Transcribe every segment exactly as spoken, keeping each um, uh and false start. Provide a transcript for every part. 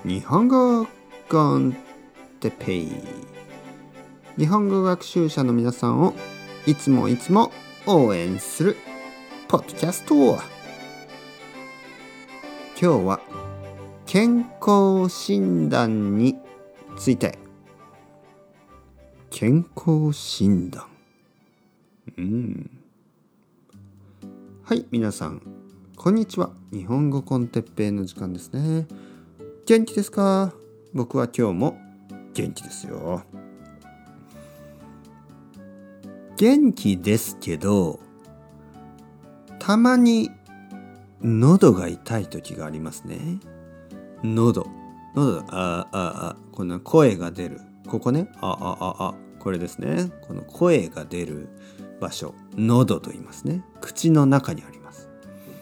日本語コンテペイ。日本語学習者の皆さんをいつもいつも応援するポッドキャスト。今日は健康診断について。健康診断。うん。はい、皆さんこんにちは。日本語コンテッペイの時間ですね。元気ですか？僕は今日も元気ですよ。元気ですけど、たまに喉が痛い時がありますね。喉、喉、あああ、この声が出る。ここね、ああああ、これですね。この声が出る場所、喉と言いますね。口の中にあります。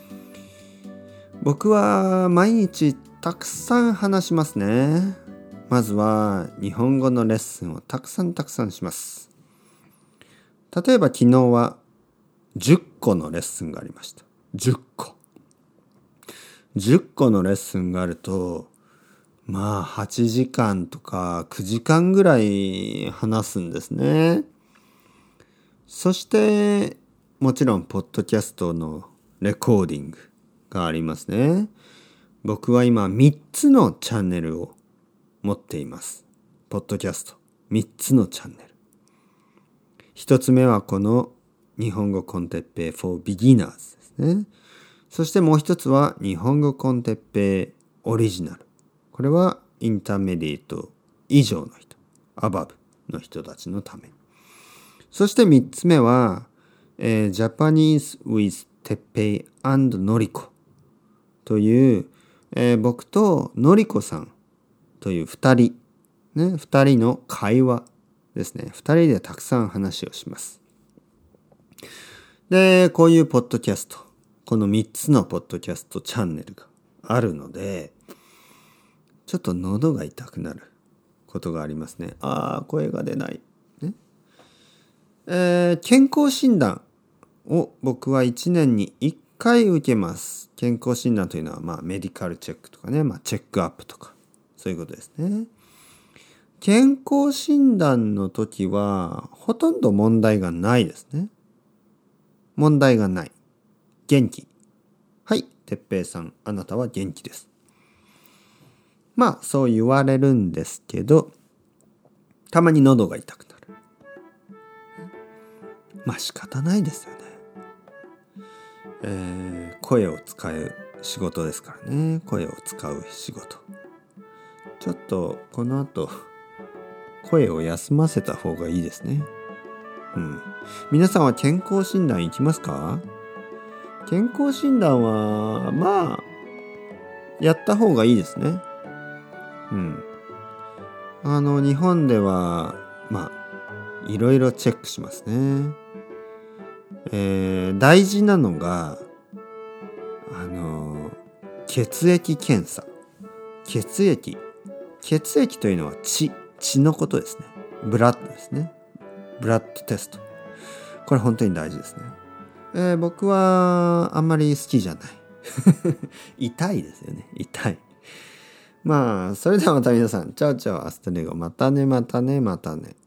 僕は毎日たくさん話しますね。まずは日本語のレッスンをたくさんたくさんします。例えば昨日はじゅっこのレッスンがありました。じゅっこ。じゅっこのレッスンがあると、まあはちじかんとかくじかんぐらい話すんですね。そしてもちろんポッドキャストのレコーディングがありますね。僕は今みっつのチャンネルを持っています。ポッドキャストみっつのチャンネル。ひとつめはこの日本語コンテッペイ for beginners ですね。そしてもう一つは日本語コンテッペイオリジナル。これはインターメディエート以上の人、アバブの人たちのため。そしてみっつめは、えー、Japanese with てっぺい and のりこという、えー、僕とのりこさんというふたり、ね、ふたりの会話ですね。ふたりでたくさん話をします。で、こういうポッドキャスト、このみっつのポッドキャストチャンネルがあるので、ちょっと喉が痛くなることがありますね。ああ、声が出ない。ねえー、健康診断を僕はいちねんにいっかい受けます。健康診断というのは、まあ、メディカルチェックとかね、まあ、チェックアップとか、そういうことですね。健康診断の時は、ほとんど問題がないですね。問題がない。元気。はい、てっぺいさん、あなたは元気です。まあ、そう言われるんですけど、たまに喉が痛くなる。まあ、仕方ないですよね。えー、声を使う仕事ですからね。声を使う仕事。ちょっと、この後、声を休ませた方がいいですね。うん。皆さんは健康診断行きますか？健康診断は、まあ、やった方がいいですね。うん。あの、日本では、まあ、いろいろチェックしますね。えー、大事なのが、あの、血液検査。血液。血液というのは血、血のことですね。ブラッドですね。ブラッドテスト。これ本当に大事ですね。えー、僕はあんまり好きじゃない。痛いですよね。痛い。まあ、それではまた皆さん、チャオチャオ、アスタレゴ、またね、またね、またね。